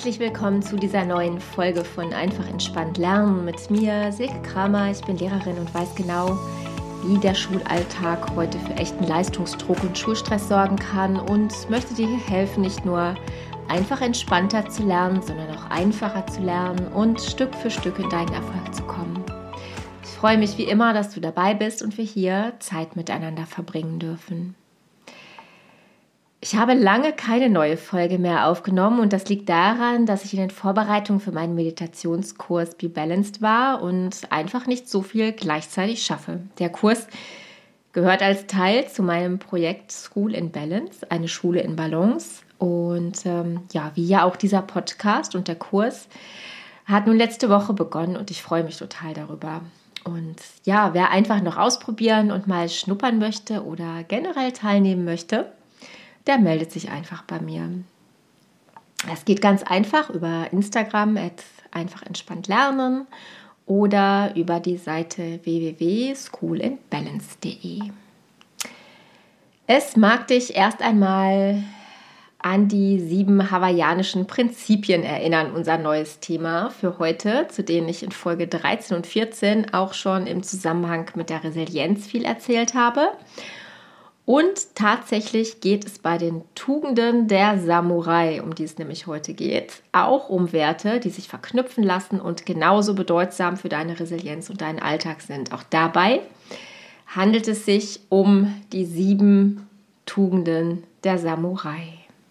Herzlich willkommen zu dieser neuen Folge von Einfach entspannt lernen mit mir, Silke Kramer. Ich bin Lehrerin und weiß genau, wie der Schulalltag heute für echten Leistungsdruck und Schulstress sorgen kann und möchte dir hier helfen, nicht nur einfach entspannter zu lernen, sondern auch einfacher zu lernen und Stück für Stück in deinen Erfolg zu kommen. Ich freue mich wie immer, dass du dabei bist und wir hier Zeit miteinander verbringen dürfen. Ich habe lange keine neue Folge mehr aufgenommen und das liegt daran, dass ich in den Vorbereitungen für meinen Meditationskurs Be Balanced war und einfach nicht so viel gleichzeitig schaffe. Der Kurs gehört als Teil zu meinem Projekt School in Balance, eine Schule in Balance. Und wie ja auch dieser Podcast und der Kurs hat nun letzte Woche begonnen und ich freue mich total darüber. Und ja, wer einfach noch ausprobieren und mal schnuppern möchte oder generell teilnehmen möchte, der meldet sich einfach bei mir. Es geht ganz einfach über Instagram @einfachentspanntlernen oder über die Seite www.schoolinbalance.de. Es mag dich erst einmal an die 7 hawaiianischen Prinzipien erinnern, unser neues Thema für heute, zu denen ich in Folge 13 und 14 auch schon im Zusammenhang mit der Resilienz viel erzählt habe. Und tatsächlich geht es bei den Tugenden der Samurai, um die es nämlich heute geht, auch um Werte, die sich verknüpfen lassen und genauso bedeutsam für deine Resilienz und deinen Alltag sind. Auch dabei handelt es sich um die 7 Tugenden der Samurai.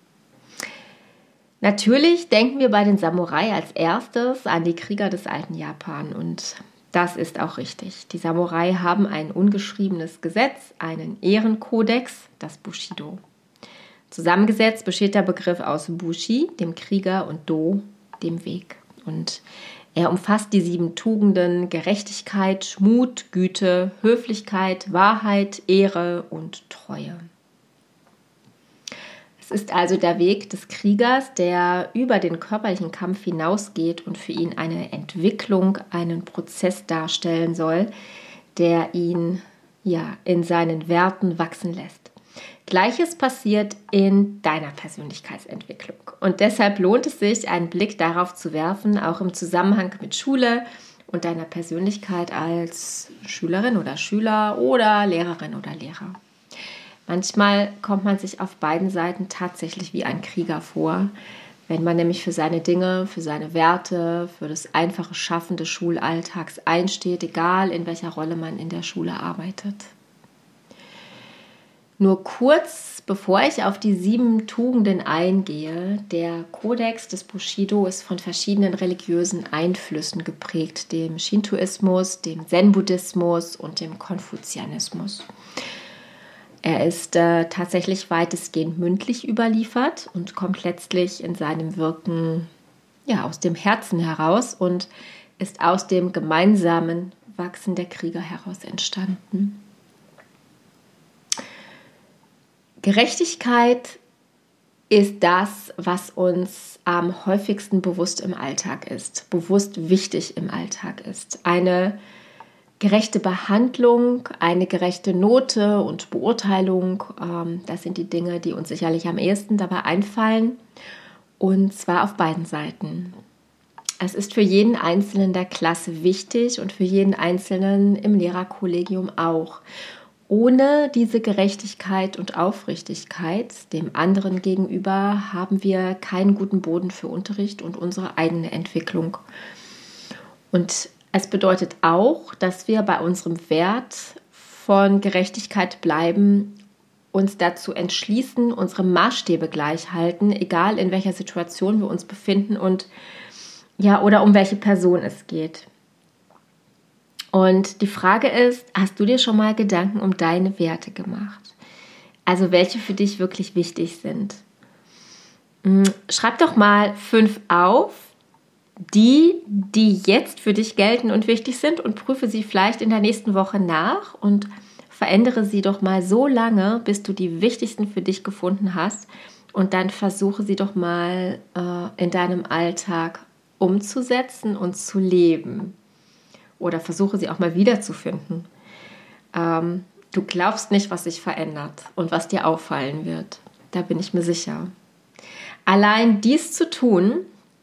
Natürlich denken wir bei den Samurai als erstes an die Krieger des alten Japan und das ist auch richtig. Die Samurai haben ein ungeschriebenes Gesetz, einen Ehrenkodex, das Bushido. Zusammengesetzt besteht der Begriff aus Bushi, dem Krieger, und Do, dem Weg. Und er umfasst die 7 Tugenden Gerechtigkeit, Mut, Güte, Höflichkeit, Wahrheit, Ehre und Treue. Es ist also der Weg des Kriegers, der über den körperlichen Kampf hinausgeht und für ihn eine Entwicklung, einen Prozess darstellen soll, der ihn in seinen Werten wachsen lässt. Gleiches passiert in deiner Persönlichkeitsentwicklung. Und deshalb lohnt es sich, einen Blick darauf zu werfen, auch im Zusammenhang mit Schule und deiner Persönlichkeit als Schülerin oder Schüler oder Lehrerin oder Lehrer. Manchmal kommt man sich auf beiden Seiten tatsächlich wie ein Krieger vor, wenn man nämlich für seine Dinge, für seine Werte, für das einfache Schaffen des Schulalltags einsteht, egal in welcher Rolle man in der Schule arbeitet. Nur kurz bevor ich auf die 7 Tugenden eingehe, der Kodex des Bushido ist von verschiedenen religiösen Einflüssen geprägt, dem Shintoismus, dem Zen-Buddhismus und dem Konfuzianismus. Er ist tatsächlich weitestgehend mündlich überliefert und kommt letztlich in seinem Wirken aus dem Herzen heraus und ist aus dem gemeinsamen Wachsen der Krieger heraus entstanden. Gerechtigkeit ist das, was uns am häufigsten bewusst im Alltag ist, bewusst wichtig im Alltag ist. Eine gerechte Behandlung, eine gerechte Note und Beurteilung, das sind die Dinge, die uns sicherlich am ehesten dabei einfallen, und zwar auf beiden Seiten. Es ist für jeden Einzelnen der Klasse wichtig und für jeden Einzelnen im Lehrerkollegium auch. Ohne diese Gerechtigkeit und Aufrichtigkeit dem anderen gegenüber haben wir keinen guten Boden für Unterricht und unsere eigene Entwicklung. Und es bedeutet auch, dass wir bei unserem Wert von Gerechtigkeit bleiben, uns dazu entschließen, unsere Maßstäbe gleich halten, egal in welcher Situation wir uns befinden und oder um welche Person es geht. Und die Frage ist, hast du dir schon mal Gedanken um deine Werte gemacht? Also welche für dich wirklich wichtig sind? Schreib doch mal 5 auf, die jetzt für dich gelten und wichtig sind, und prüfe sie vielleicht in der nächsten Woche nach und verändere sie doch mal so lange, bis du die wichtigsten für dich gefunden hast, und dann versuche sie doch mal in deinem Alltag umzusetzen und zu leben. Oder versuche sie auch mal wiederzufinden. Du glaubst nicht, was sich verändert und was dir auffallen wird. Da bin ich mir sicher. Allein dies zu tun,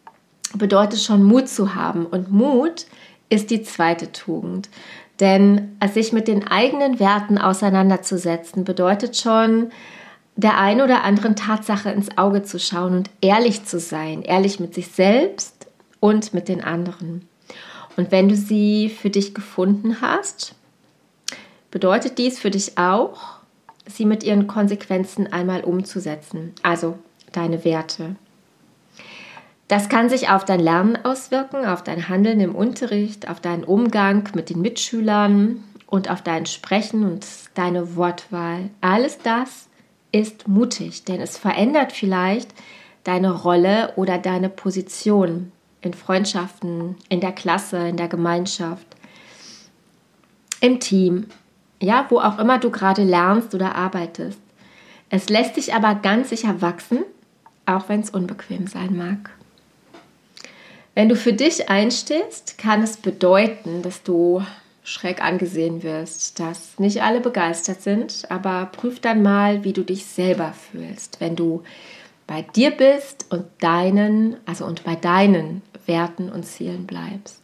bedeutet schon Mut zu haben. Und Mut ist die zweite Tugend. Denn sich mit den eigenen Werten auseinanderzusetzen, bedeutet schon, der einen oder anderen Tatsache ins Auge zu schauen und ehrlich zu sein. Ehrlich mit sich selbst und mit den anderen. Und wenn du sie für dich gefunden hast, bedeutet dies für dich auch, sie mit ihren Konsequenzen einmal umzusetzen. Also deine Werte. Das kann sich auf dein Lernen auswirken, auf dein Handeln im Unterricht, auf deinen Umgang mit den Mitschülern und auf dein Sprechen und deine Wortwahl. Alles das ist mutig, denn es verändert vielleicht deine Rolle oder deine Position in Freundschaften, in der Klasse, in der Gemeinschaft, im Team, ja, wo auch immer du gerade lernst oder arbeitest. Es lässt dich aber ganz sicher wachsen, auch wenn es unbequem sein mag. Wenn du für dich einstehst, kann es bedeuten, dass du schräg angesehen wirst, dass nicht alle begeistert sind, aber prüf dann mal, wie du dich selber fühlst, wenn du bei dir bist und bei deinen Werten und Zielen bleibst.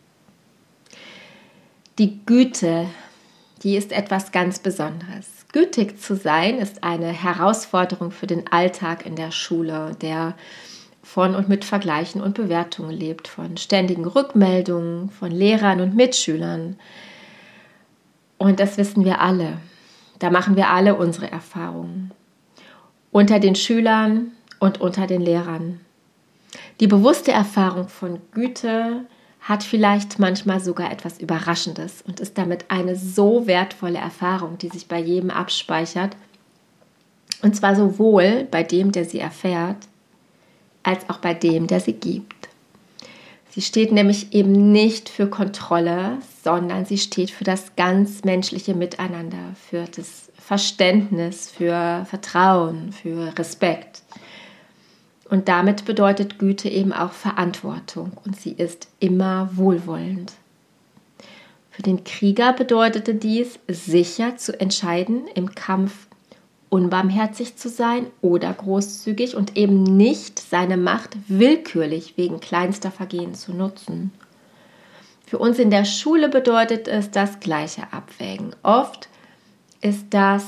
Die Güte, die ist etwas ganz Besonderes. Gütig zu sein ist eine Herausforderung für den Alltag in der Schule, der von und mit Vergleichen und Bewertungen lebt, von ständigen Rückmeldungen, von Lehrern und Mitschülern. Und das wissen wir alle. Da machen wir alle unsere Erfahrungen. Unter den Schülern und unter den Lehrern. Die bewusste Erfahrung von Güte hat vielleicht manchmal sogar etwas Überraschendes und ist damit eine so wertvolle Erfahrung, die sich bei jedem abspeichert. Und zwar sowohl bei dem, der sie erfährt, als auch bei dem, der sie gibt. Sie steht nämlich eben nicht für Kontrolle, sondern sie steht für das ganz menschliche Miteinander, für das Verständnis, für Vertrauen, für Respekt. Und damit bedeutet Güte eben auch Verantwortung und sie ist immer wohlwollend. Für den Krieger bedeutete dies, sicher zu entscheiden, im Kampf unbarmherzig zu sein oder großzügig und eben nicht seine Macht willkürlich wegen kleinster Vergehen zu nutzen. Für uns in der Schule bedeutet es das gleiche Abwägen. Oft ist das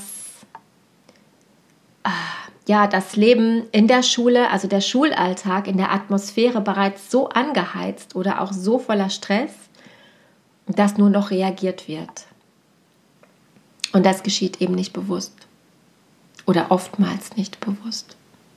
Leben in der Schule, also der Schulalltag in der Atmosphäre bereits so angeheizt oder auch so voller Stress, dass nur noch reagiert wird. Und das geschieht eben nicht bewusst. Oder oftmals nicht bewusst.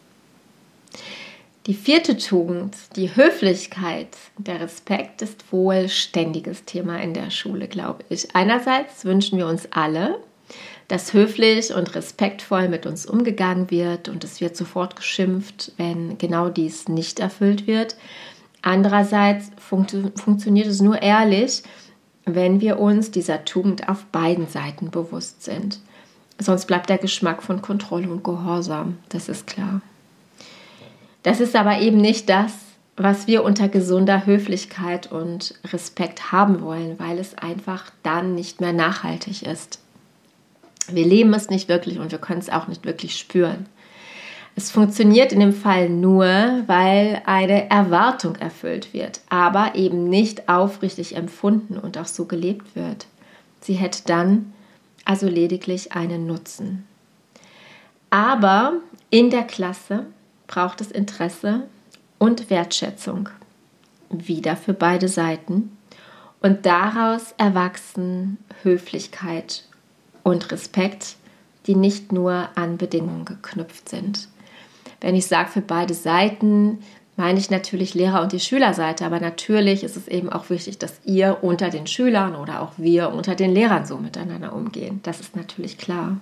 Die vierte Tugend, die Höflichkeit, der Respekt, ist wohl ständiges Thema in der Schule, glaube ich. Einerseits wünschen wir uns alle, dass höflich und respektvoll mit uns umgegangen wird und es wird sofort geschimpft, wenn genau dies nicht erfüllt wird. Andererseits funktioniert es nur ehrlich, wenn wir uns dieser Tugend auf beiden Seiten bewusst sind. Sonst bleibt der Geschmack von Kontrolle und Gehorsam, das ist klar. Das ist aber eben nicht das, was wir unter gesunder Höflichkeit und Respekt haben wollen, weil es einfach dann nicht mehr nachhaltig ist. Wir leben es nicht wirklich und wir können es auch nicht wirklich spüren. Es funktioniert in dem Fall nur, weil eine Erwartung erfüllt wird, aber eben nicht aufrichtig empfunden und auch so gelebt wird. Sie hätte dann also lediglich einen Nutzen. Aber in der Klasse braucht es Interesse und Wertschätzung, wieder für beide Seiten. Und daraus erwachsen Höflichkeit und Respekt, die nicht nur an Bedingungen geknüpft sind. Wenn ich sage für beide Seiten, meine ich natürlich Lehrer- und die Schülerseite, aber natürlich ist es eben auch wichtig, dass ihr unter den Schülern oder auch wir unter den Lehrern so miteinander umgehen. Das ist natürlich klar.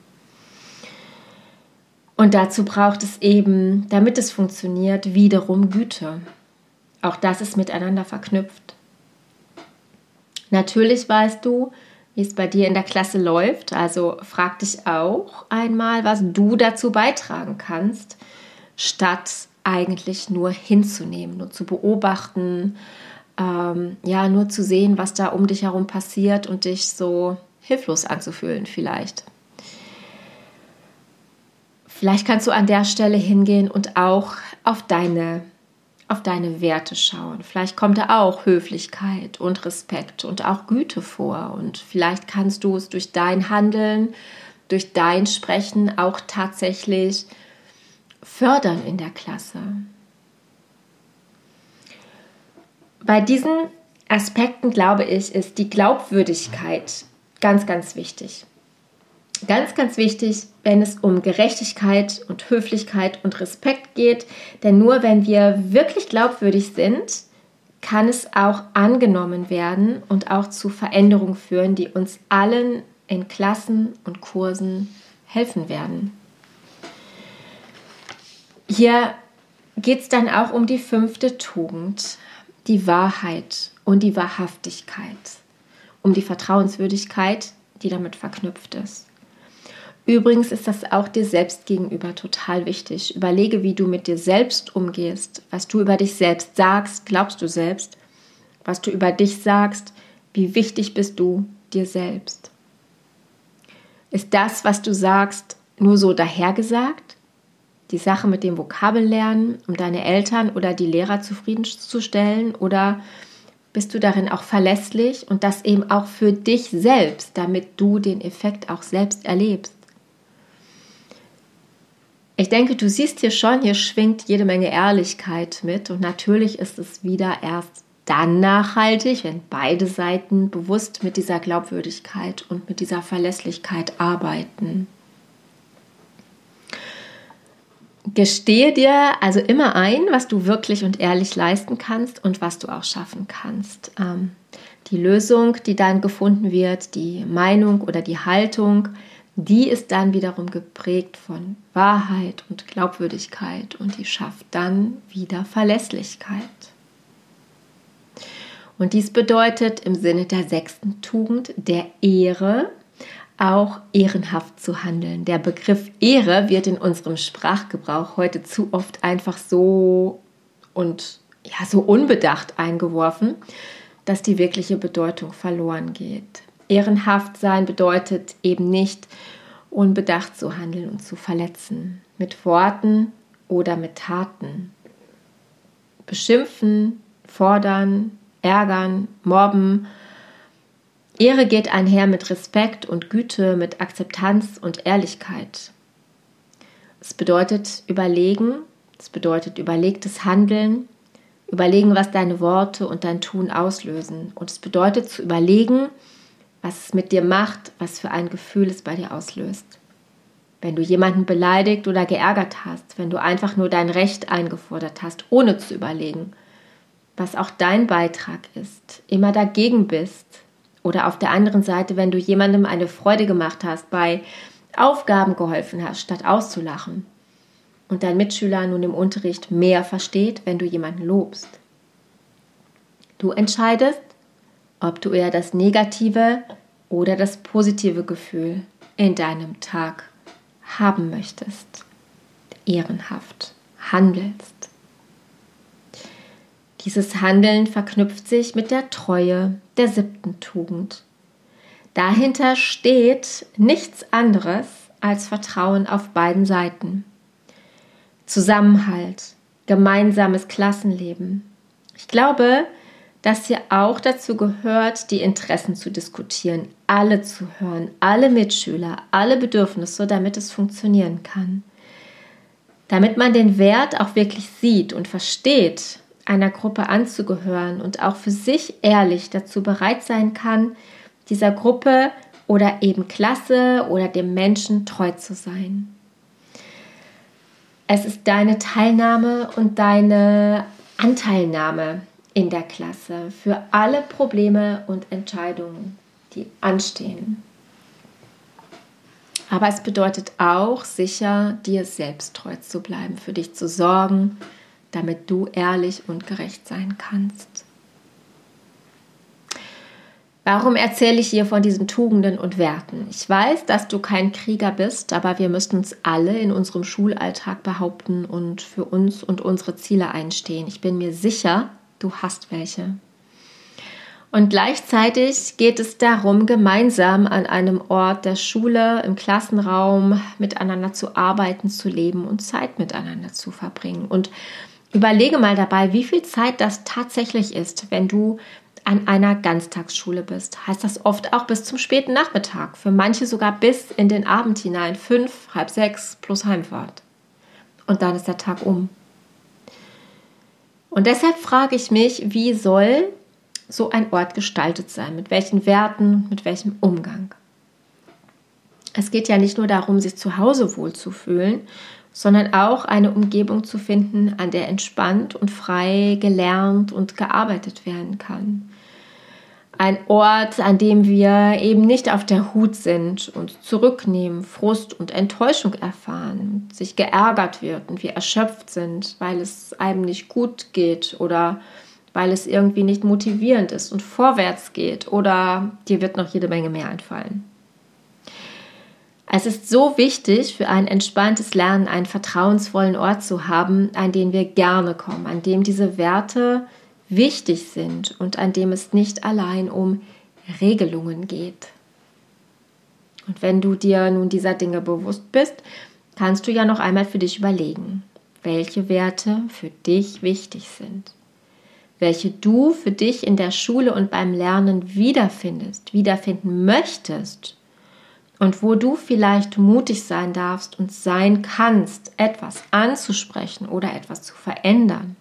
Und dazu braucht es eben, damit es funktioniert, wiederum Güte. Auch das ist miteinander verknüpft. Natürlich weißt du, wie es bei dir in der Klasse läuft, also frag dich auch einmal, was du dazu beitragen kannst, statt eigentlich nur hinzunehmen, nur zu beobachten, nur zu sehen, was da um dich herum passiert und dich so hilflos anzufühlen vielleicht. Vielleicht kannst du an der Stelle hingehen und auch auf deine auf deine Werte schauen. Vielleicht kommt da auch Höflichkeit und Respekt und auch Güte vor. Und vielleicht kannst du es durch dein Handeln, durch dein Sprechen auch tatsächlich fördern in der Klasse. Bei diesen Aspekten, glaube ich, ist die Glaubwürdigkeit ganz, ganz wichtig. Ganz, ganz wichtig, wenn es um Gerechtigkeit und Höflichkeit und Respekt geht. Denn nur wenn wir wirklich glaubwürdig sind, kann es auch angenommen werden und auch zu Veränderungen führen, die uns allen in Klassen und Kursen helfen werden. Hier geht es dann auch um die 5. Tugend, die Wahrheit und die Wahrhaftigkeit, um die Vertrauenswürdigkeit, die damit verknüpft ist. Übrigens ist das auch dir selbst gegenüber total wichtig. Überlege, wie du mit dir selbst umgehst, was du über dich selbst sagst, glaubst du selbst, was du über dich sagst, wie wichtig bist du dir selbst. Ist das, was du sagst, nur so dahergesagt? Die Sache mit dem Vokabellernen, um deine Eltern oder die Lehrer zufriedenzustellen? Oder bist du darin auch verlässlich und das eben auch für dich selbst, damit du den Effekt auch selbst erlebst? Ich denke, du siehst hier schon, hier schwingt jede Menge Ehrlichkeit mit und natürlich ist es wieder erst dann nachhaltig, wenn beide Seiten bewusst mit dieser Glaubwürdigkeit und mit dieser Verlässlichkeit arbeiten. Gestehe dir also immer ein, was du wirklich und ehrlich leisten kannst und was du auch schaffen kannst. Die Lösung, die dann gefunden wird, die Meinung oder die Haltung, die ist dann wiederum geprägt von Wahrheit und Glaubwürdigkeit und die schafft dann wieder Verlässlichkeit. Und dies bedeutet im Sinne der 6. Tugend, der Ehre, auch ehrenhaft zu handeln. Der Begriff Ehre wird in unserem Sprachgebrauch heute zu oft einfach so unbedacht eingeworfen, dass die wirkliche Bedeutung verloren geht. Ehrenhaft sein bedeutet eben nicht, unbedacht zu handeln und zu verletzen, mit Worten oder mit Taten. Beschimpfen, fordern, ärgern, mobben. Ehre geht einher mit Respekt und Güte, mit Akzeptanz und Ehrlichkeit. Es bedeutet überlegen, es bedeutet überlegtes Handeln, überlegen, was deine Worte und dein Tun auslösen. Und es bedeutet zu überlegen, was es mit dir macht, was für ein Gefühl es bei dir auslöst. Wenn du jemanden beleidigt oder geärgert hast, wenn du einfach nur dein Recht eingefordert hast, ohne zu überlegen, was auch dein Beitrag ist, immer dagegen bist. Oder auf der anderen Seite, wenn du jemandem eine Freude gemacht hast, bei Aufgaben geholfen hast, statt auszulachen. Und dein Mitschüler nun im Unterricht mehr versteht, wenn du jemanden lobst. Du entscheidest, ob du eher das negative oder das positive Gefühl in deinem Tag haben möchtest. Ehrenhaft handelst. Dieses Handeln verknüpft sich mit der Treue, der 7. Tugend. Dahinter steht nichts anderes als Vertrauen auf beiden Seiten. Zusammenhalt, gemeinsames Klassenleben. Ich glaube, dass hier auch dazu gehört, die Interessen zu diskutieren, alle zu hören, alle Mitschüler, alle Bedürfnisse, damit es funktionieren kann. Damit man den Wert auch wirklich sieht und versteht, einer Gruppe anzugehören und auch für sich ehrlich dazu bereit sein kann, dieser Gruppe oder eben Klasse oder dem Menschen treu zu sein. Es ist deine Teilnahme und deine Anteilnahme in der Klasse für alle Probleme und Entscheidungen, die anstehen. Aber es bedeutet auch, sicher dir selbst treu zu bleiben, für dich zu sorgen, damit du ehrlich und gerecht sein kannst. Warum erzähle ich hier von diesen Tugenden und Werten? Ich weiß, dass du kein Krieger bist, aber wir müssen uns alle in unserem Schulalltag behaupten und für uns und unsere Ziele einstehen. Ich bin mir sicher, du hast welche. Und gleichzeitig geht es darum, gemeinsam an einem Ort der Schule, im Klassenraum miteinander zu arbeiten, zu leben und Zeit miteinander zu verbringen. Und Überlege mal dabei, wie viel Zeit das tatsächlich ist, wenn du an einer Ganztagsschule bist. Heißt das oft auch bis zum späten Nachmittag, für manche sogar bis in den Abend hinein, 5, halb 6 plus Heimfahrt. Und dann ist der Tag um. Und deshalb frage ich mich, wie soll so ein Ort gestaltet sein? Mit welchen Werten, mit welchem Umgang? Es geht ja nicht nur darum, sich zu Hause wohlzufühlen, sondern auch eine Umgebung zu finden, an der entspannt und frei gelernt und gearbeitet werden kann. Ein Ort, an dem wir eben nicht auf der Hut sind und zurücknehmen, Frust und Enttäuschung erfahren, sich geärgert wird und wir erschöpft sind, weil es einem nicht gut geht oder weil es irgendwie nicht motivierend ist und vorwärts geht oder dir wird noch jede Menge mehr einfallen. Es ist so wichtig, für ein entspanntes Lernen einen vertrauensvollen Ort zu haben, an den wir gerne kommen, an dem diese Werte wichtig sind und an dem es nicht allein um Regelungen geht. Und wenn du dir nun dieser Dinge bewusst bist, kannst du ja noch einmal für dich überlegen, welche Werte für dich wichtig sind, welche du für dich in der Schule und beim Lernen wiederfinden möchtest und wo du vielleicht mutig sein darfst und sein kannst, etwas anzusprechen oder etwas zu verändern.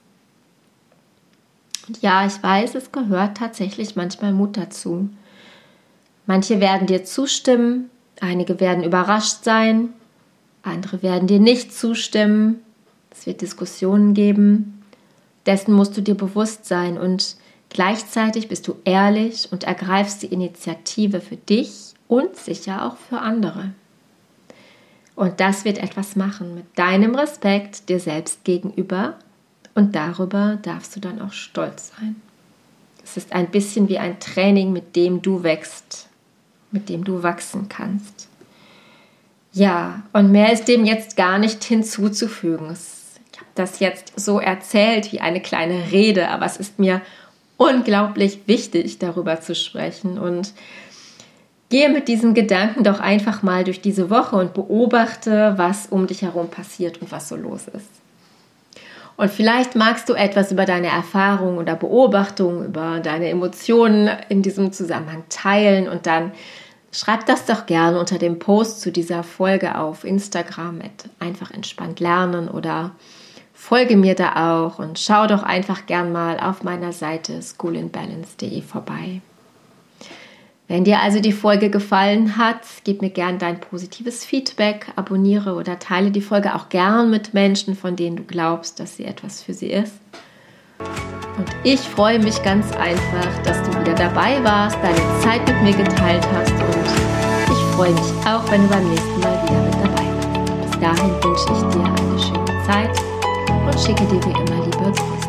Und ja, ich weiß, es gehört tatsächlich manchmal Mut dazu. Manche werden dir zustimmen, einige werden überrascht sein, andere werden dir nicht zustimmen. Es wird Diskussionen geben. Dessen musst du dir bewusst sein und gleichzeitig bist du ehrlich und ergreifst die Initiative für dich und sicher auch für andere. Und das wird etwas machen mit deinem Respekt dir selbst gegenüber und darüber darfst du dann auch stolz sein. Es ist ein bisschen wie ein Training, mit dem du wächst, mit dem du wachsen kannst. Ja, und mehr ist dem jetzt gar nicht hinzuzufügen. Ich habe das jetzt so erzählt wie eine kleine Rede, aber es ist mir unglaublich wichtig, darüber zu sprechen und gehe mit diesem Gedanken doch einfach mal durch diese Woche und beobachte, was um dich herum passiert und was so los ist. Und vielleicht magst du etwas über deine Erfahrungen oder Beobachtungen, über deine Emotionen in diesem Zusammenhang teilen und dann schreib das doch gerne unter dem Post zu dieser Folge auf Instagram @einfachentspanntlernen oder folge mir da auch und schau doch einfach gern mal auf meiner Seite schoolinbalance.de vorbei. Wenn dir also die Folge gefallen hat, gib mir gern dein positives Feedback, abonniere oder teile die Folge auch gern mit Menschen, von denen du glaubst, dass sie etwas für sie ist. Und ich freue mich ganz einfach, dass du wieder dabei warst, deine Zeit mit mir geteilt hast und ich freue mich auch, wenn du beim nächsten Mal wieder mit dabei bist. Bis dahin wünsche ich dir eine schöne Zeit und schicke dir wie immer liebe Grüße.